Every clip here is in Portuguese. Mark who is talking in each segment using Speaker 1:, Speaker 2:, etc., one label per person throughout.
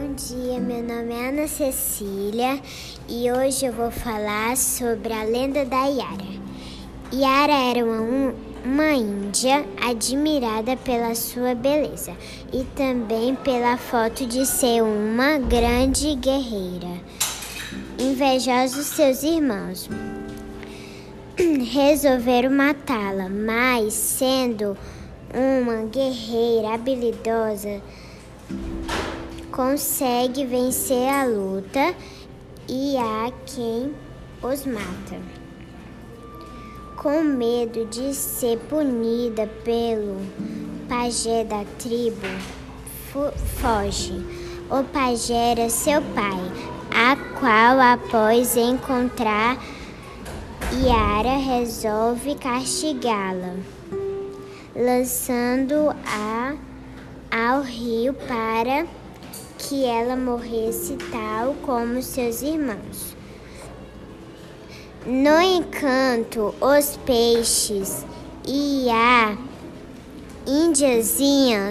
Speaker 1: Bom dia, meu nome é Ana Cecília e hoje eu vou falar sobre a lenda da Yara. Yara era uma índia admirada pela sua beleza e também pela foto de ser uma grande guerreira. Invejosos seus irmãos resolveram matá-la, mas sendo uma guerreira habilidosa, consegue vencer a luta e há quem os mata. Com medo de ser punida pelo pajé da tribo, foge. O pajé era seu pai, a qual, após encontrar Yara, resolve castigá-la, lançando-a ao rio para que ela morresse tal como seus irmãos. No entanto, os peixes e a indiazinha,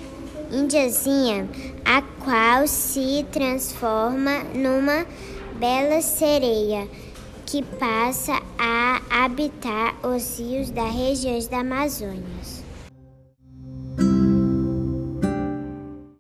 Speaker 1: a qual se transforma numa bela sereia que passa a habitar os rios da região da Amazônia.